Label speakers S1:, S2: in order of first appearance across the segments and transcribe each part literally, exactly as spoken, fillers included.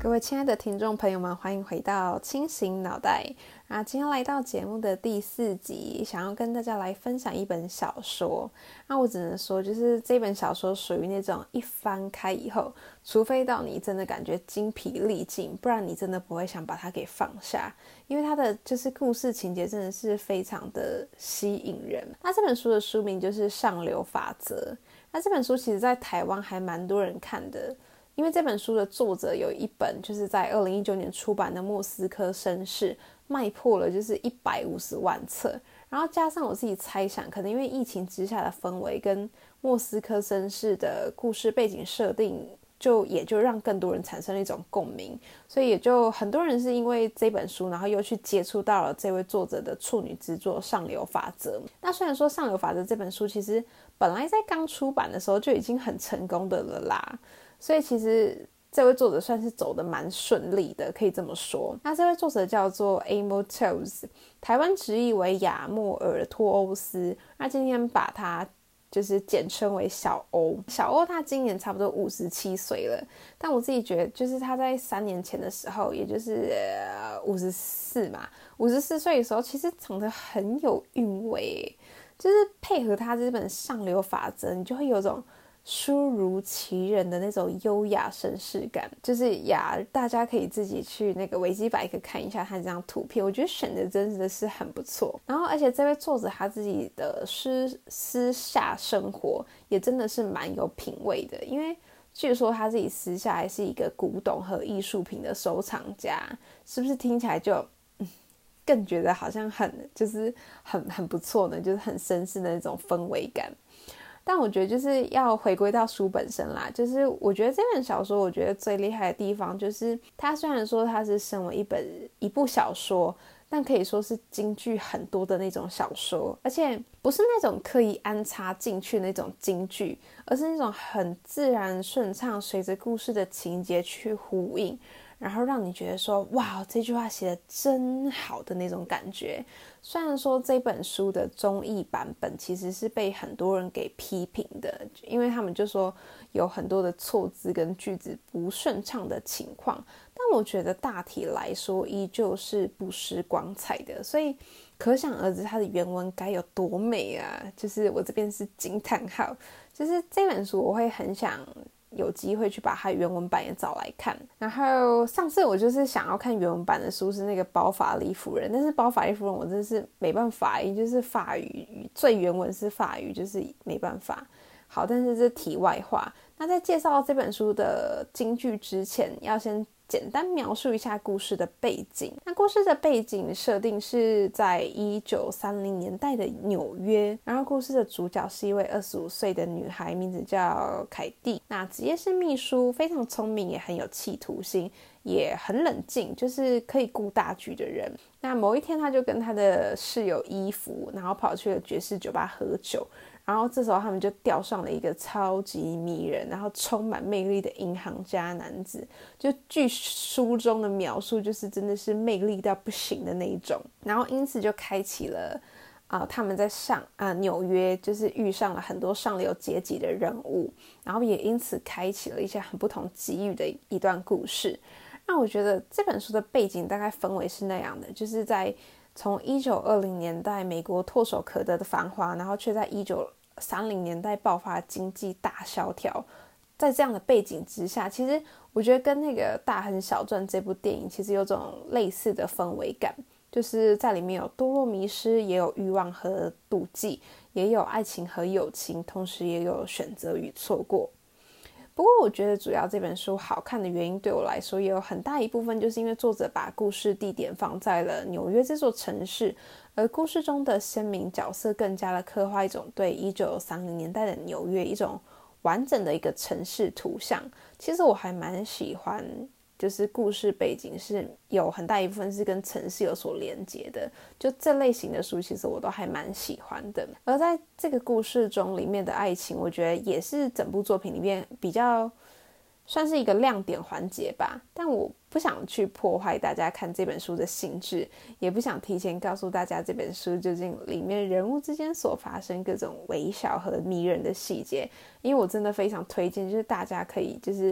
S1: 各位亲爱的听众朋友们，欢迎回到清醒脑袋。啊，今天来到节目的第四集，想要跟大家来分享一本小说。那我只能说，就是这本小说属于那种一翻开以后，除非到你真的感觉精疲力尽，不然你真的不会想把它给放下，因为它的就是故事情节真的是非常的吸引人。那这本书的书名就是《上流法则》。那这本书其实在台湾还蛮多人看的。因为这本书的作者有一本就是在二零一九年出版的《莫斯科绅士》，卖破了就是一百五十万册，然后加上我自己猜想，可能因为疫情之下的氛围跟莫斯科绅士的故事背景设定，就也就让更多人产生了一种共鸣，所以也就很多人是因为这本书，然后又去接触到了这位作者的处女之作《上流法则》。那虽然说《上流法则》这本书其实本来在刚出版的时候就已经很成功的了啦，所以其实这位作者算是走得蛮顺利的，可以这么说。那这位作者叫做 Amos Towles， 台湾直译为亚莫尔托欧斯，那今天把他就是简称为小欧。小欧他今年差不多五十七岁了，但我自己觉得就是他在三年前的时候，也就是五十四嘛，五十四岁的时候其实长得很有韵味，就是配合他这本上流法则，你就会有种书如其人的那种优雅绅士感，就是呀，大家可以自己去那个维基百科看一下他这张图片，我觉得选的真的是很不错。然后而且这位作者他自己的私私下生活也真的是蛮有品味的，因为据说他自己私下还是一个古董和艺术品的收藏家，是不是听起来就、嗯、更觉得好像很就是很很不错呢，就是很绅士的那种氛围感。但我觉得就是要回归到书本身啦，就是我觉得这本小说我觉得最厉害的地方就是它虽然说它是身为一本一部小说，但可以说是金句很多的那种小说，而且不是那种刻意安插进去那种金句，而是那种很自然顺畅随着故事的情节去呼应，然后让你觉得说哇，这句话写得真好的那种感觉。虽然说这本书的中译版本其实是被很多人给批评的，因为他们就说有很多的错字跟句子不顺畅的情况，但我觉得大体来说依旧是不失光彩的，所以可想而知它的原文该有多美啊，就是我这边是惊叹号。就是这本书我会很想有机会去把它原文版也找来看。然后上次我就是想要看原文版的书是那个包法利夫人，但是包法利夫人我真的是没办法，因为就是法语，最原文是法语，就是没办法。好，但是这题外话。那在介绍这本书的金句之前，要先简单描述一下故事的背景。那故事的背景设定是在一九三零年代的纽约，然后故事的主角是一位二十五岁的女孩，名字叫凯蒂。那职业是秘书，非常聪明，也很有企图心，也很冷静，就是可以顾大局的人。那某一天，她就跟她的室友伊芙，然后跑去了爵士酒吧喝酒。然后这时候他们就钓上了一个超级迷人然后充满魅力的银行家男子，就据书中的描述就是真的是魅力到不行的那一种。然后因此就开启了、呃、他们在上、呃、纽约就是遇上了很多上流阶级的人物，然后也因此开启了一些很不同机遇的一段故事。那我觉得这本书的背景大概氛围是那样的，就是在从一九二零年代美国唾手可得的繁华，然后却在一九三零年代爆发经济大萧条，在这样的背景之下，其实我觉得跟那个《大亨小传》这部电影其实有种类似的氛围感，就是在里面有多落迷失，也有欲望和妒忌，也有爱情和友情，同时也有选择与错过。不过我觉得主要这本书好看的原因对我来说也有很大一部分就是因为作者把故事地点放在了纽约这座城市，而故事中的鲜明角色更加的刻画一种对一九三零年代的纽约一种完整的一个城市图像。其实我还蛮喜欢就是故事背景是有很大一部分是跟城市有所连结的，就这类型的书其实我都还蛮喜欢的。而在这个故事中里面的爱情，我觉得也是整部作品里面比较算是一个亮点环节吧，但我不想去破坏大家看这本书的兴致，也不想提前告诉大家这本书究竟里面人物之间所发生各种微小和迷人的细节，因为我真的非常推荐就是大家可以就是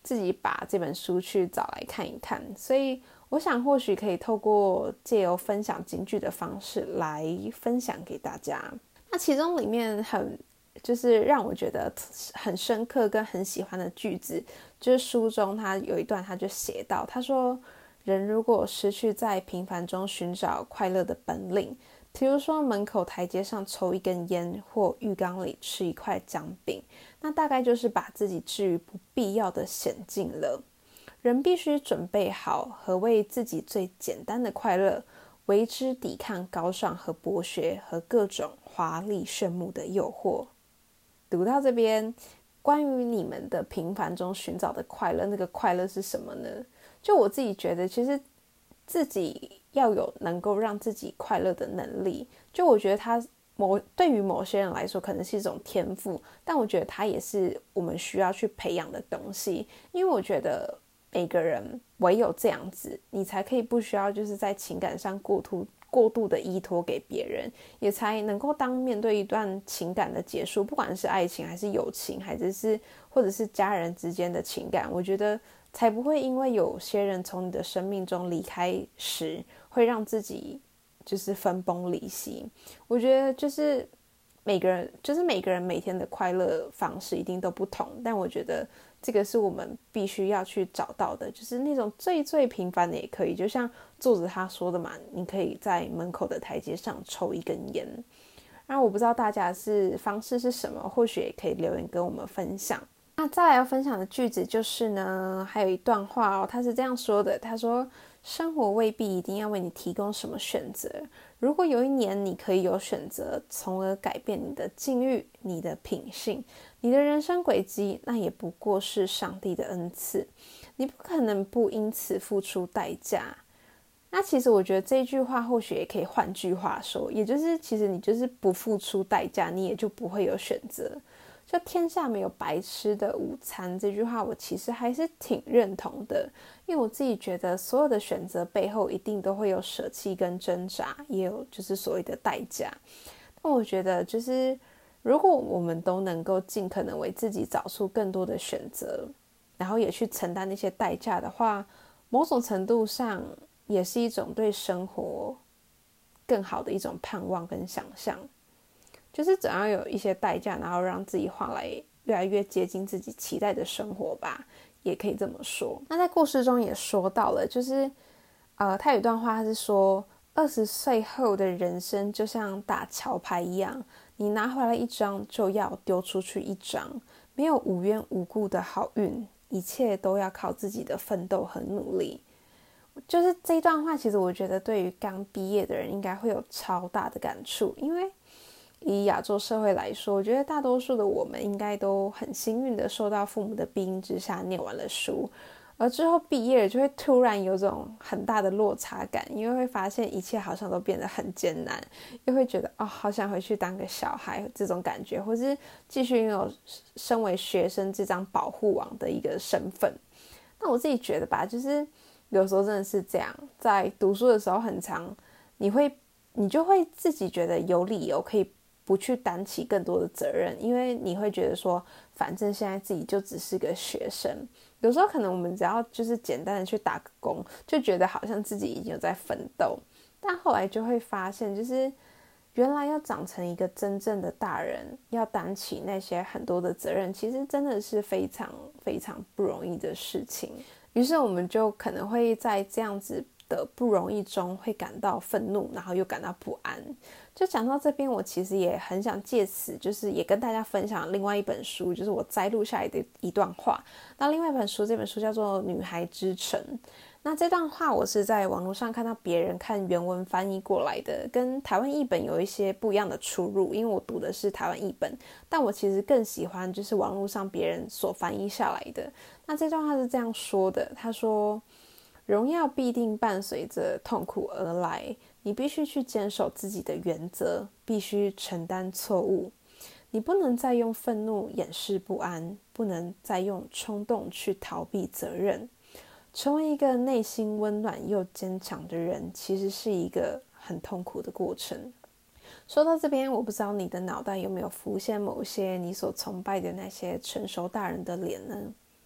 S1: 自己把这本书去找来看一看，所以我想或许可以透过借由分享金句的方式来分享给大家。那其中里面很就是让我觉得很深刻跟很喜欢的句子，就是书中他有一段他就写到，他说人如果失去在平凡中寻找快乐的本领，比如说门口台阶上抽一根烟，或浴缸里吃一块姜饼，那大概就是把自己置于不必要的险境了。人必须准备好何谓自己最简单的快乐，为之抵抗高尚和博学和各种华丽炫目的诱惑。读到这边，关于你们的平凡中寻找的快乐，那个快乐是什么呢？就我自己觉得，其实自己要有能够让自己快乐的能力。就我觉得它某对于某些人来说可能是一种天赋，但我觉得它也是我们需要去培养的东西。因为我觉得每个人唯有这样子，你才可以不需要就是在情感上过度过度的依托给别人，也才能够当面对一段情感的结束，不管是爱情还是友情，还是或者是家人之间的情感，我觉得才不会因为有些人从你的生命中离开时，会让自己就是分崩离析。我觉得就是每个人就是每个人每天的快乐方式一定都不同，但我觉得这个是我们必须要去找到的，就是那种最最平凡的也可以，就像作者他说的嘛，你可以在门口的台阶上抽一根烟。那我不知道大家是方式是什么，或许也可以留言跟我们分享。那再来要分享的句子就是呢，还有一段话哦，他是这样说的，他说生活未必一定要为你提供什么选择，如果有一年你可以有选择，从而改变你的境遇、你的品性、你的人生轨迹，那也不过是上帝的恩赐，你不可能不因此付出代价。那其实我觉得这句话或许也可以换句话说，也就是其实你就是不付出代价，你也就不会有选择。就天下没有白吃的午餐这句话，我其实还是挺认同的，因为我自己觉得所有的选择背后一定都会有舍弃跟挣扎，也有就是所谓的代价。那我觉得就是如果我们都能够尽可能为自己找出更多的选择，然后也去承担那些代价的话，某种程度上也是一种对生活更好的一种盼望跟想象。就是总要有一些代价，然后让自己换来越来越接近自己期待的生活吧，也可以这么说。那在故事中也说到了，就是呃，他有一段话，他是说二十岁后的人生就像打桥牌一样，你拿回来一张就要丢出去一张，没有无缘无故的好运，一切都要靠自己的奋斗和努力。就是这一段话，其实我觉得对于刚毕业的人应该会有超大的感触，因为以亚洲社会来说，我觉得大多数的我们应该都很幸运的受到父母的庇荫之下念完了书，而之后毕业了就会突然有种很大的落差感，因为会发现一切好像都变得很艰难，又会觉得哦，好想回去当个小孩这种感觉，或是继续拥有身为学生这张保护网的一个身份。那我自己觉得吧，就是有时候真的是这样，在读书的时候很常你会你就会自己觉得有理由可以不去担起更多的责任，因为你会觉得说反正现在自己就只是个学生，有时候可能我们只要就是简单的去打个工，就觉得好像自己已经有在奋斗，但后来就会发现就是原来要长成一个真正的大人，要担起那些很多的责任，其实真的是非常非常不容易的事情。于是我们就可能会在这样子的不容易中会感到愤怒，然后又感到不安。就讲到这边，我其实也很想借此就是也跟大家分享另外一本书，就是我摘录下来的一段话。那另外一本书，这本书叫做《女孩之城》。那这段话我是在网络上看到别人看原文翻译过来的，跟台湾译本有一些不一样的出入，因为我读的是台湾译本，但我其实更喜欢就是网络上别人所翻译下来的。那这段话是这样说的，他说荣耀必定伴随着痛苦而来，你必须去坚守自己的原则，必须承担错误。你不能再用愤怒掩饰不安，不能再用冲动去逃避责任。成为一个内心温暖又坚强的人，其实是一个很痛苦的过程。说到这边，我不知道你的脑袋有没有浮现某些你所崇拜的那些成熟大人的脸呢？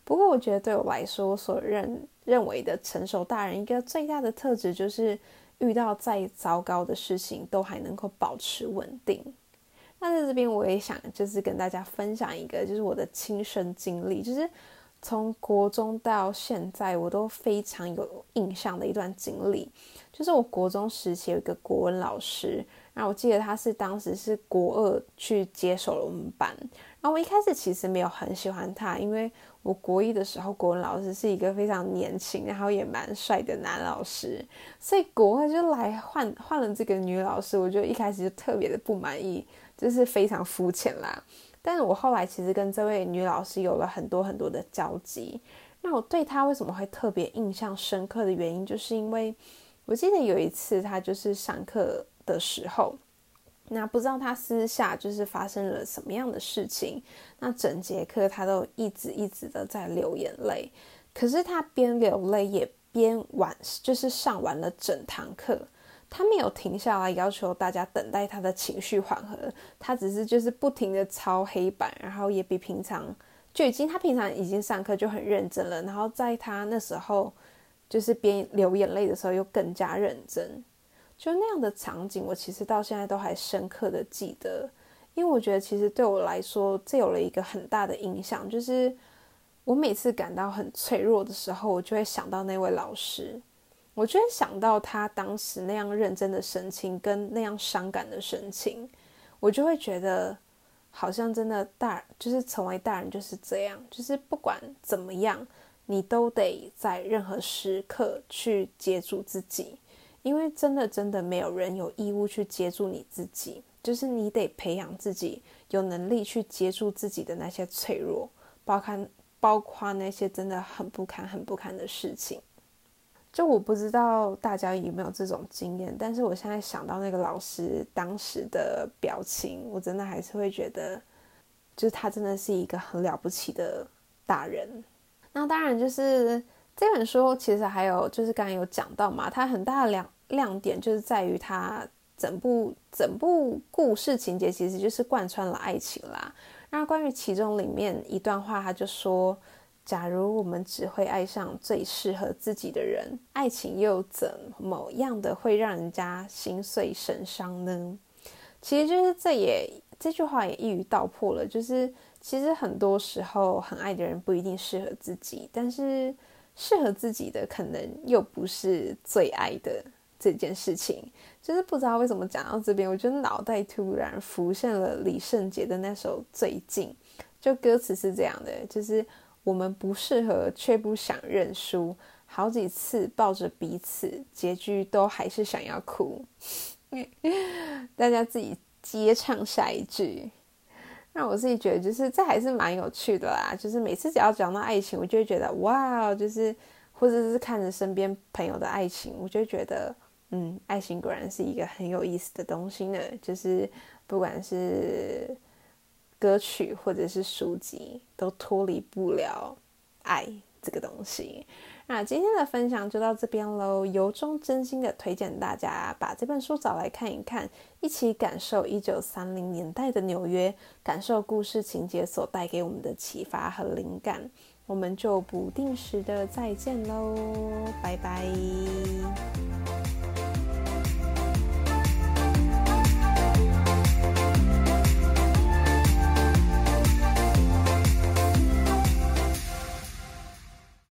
S1: 不过我觉得对我来说，我所认认为的成熟大人一个最大的特质就是遇到再糟糕的事情都还能够保持稳定。那在这边我也想就是跟大家分享一个就是我的亲身经历，就是从国中到现在我都非常有印象的一段经历。就是我国中时期有一个国文老师，然后我记得他是当时是国二去接手了我们班，然后我一开始其实没有很喜欢他，因为我国一的时候国文老师是一个非常年轻然后也蛮帅的男老师，所以国二就来换换了这个女老师，我就一开始就特别的不满意，就是非常肤浅啦。但是我后来其实跟这位女老师有了很多很多的交集，那我对她为什么会特别印象深刻的原因，就是因为我记得有一次她就是上课的时候，那不知道她私下就是发生了什么样的事情，那整节课她都一直一直的在流眼泪，可是她边流泪也边完就是上完了整堂课，他没有停下来要求大家等待他的情绪缓和，他只是就是不停的抄黑板，然后也比平常就已经他平常已经上课就很认真了，然后在他那时候就是边流眼泪的时候又更加认真，就那样的场景我其实到现在都还深刻的记得，因为我觉得其实对我来说这有了一个很大的影响，就是我每次感到很脆弱的时候，我就会想到那位老师，我就会想到他当时那样认真的神情跟那样伤感的神情，我就会觉得好像真的大就是成为大人就是这样，就是不管怎么样你都得在任何时刻去接住自己，因为真的真的没有人有义务去接住你自己，就是你得培养自己有能力去接住自己的那些脆弱，包括包括那些真的很不堪很不堪的事情。就我不知道大家有没有这种经验，但是我现在想到那个老师当时的表情，我真的还是会觉得就是他真的是一个很了不起的大人。那当然就是这本书其实还有就是刚才有讲到嘛，它很大的亮亮点就是在于它整部整部故事情节其实就是贯穿了爱情啦。那关于其中里面一段话，他就说，假如我们只会爱上最适合自己的人，爱情又怎么样的会让人家心碎神伤呢？其实就是这也这句话也一语道破了，就是其实很多时候很爱的人不一定适合自己，但是适合自己的可能又不是最爱的这件事情。就是不知道为什么讲到这边，我觉得脑袋突然浮现了李圣杰的那首《最近》，就歌词是这样的，就是我们不适合却不想认输，好几次抱着彼此，结局都还是想要哭。大家自己接唱下一句。让我自己觉得就是这还是蛮有趣的啦，就是每次只要讲到爱情，我就会觉得哇，就是或者是看着身边朋友的爱情，我就会觉得嗯，爱情果然是一个很有意思的东西呢，就是不管是歌曲或者是书籍都脱离不了爱这个东西。那今天的分享就到这边咯，由衷真心的推荐大家把这本书找来看一看，一起感受一九三零年代的纽约，感受故事情节所带给我们的启发和灵感。我们就不定时的再见咯，拜拜。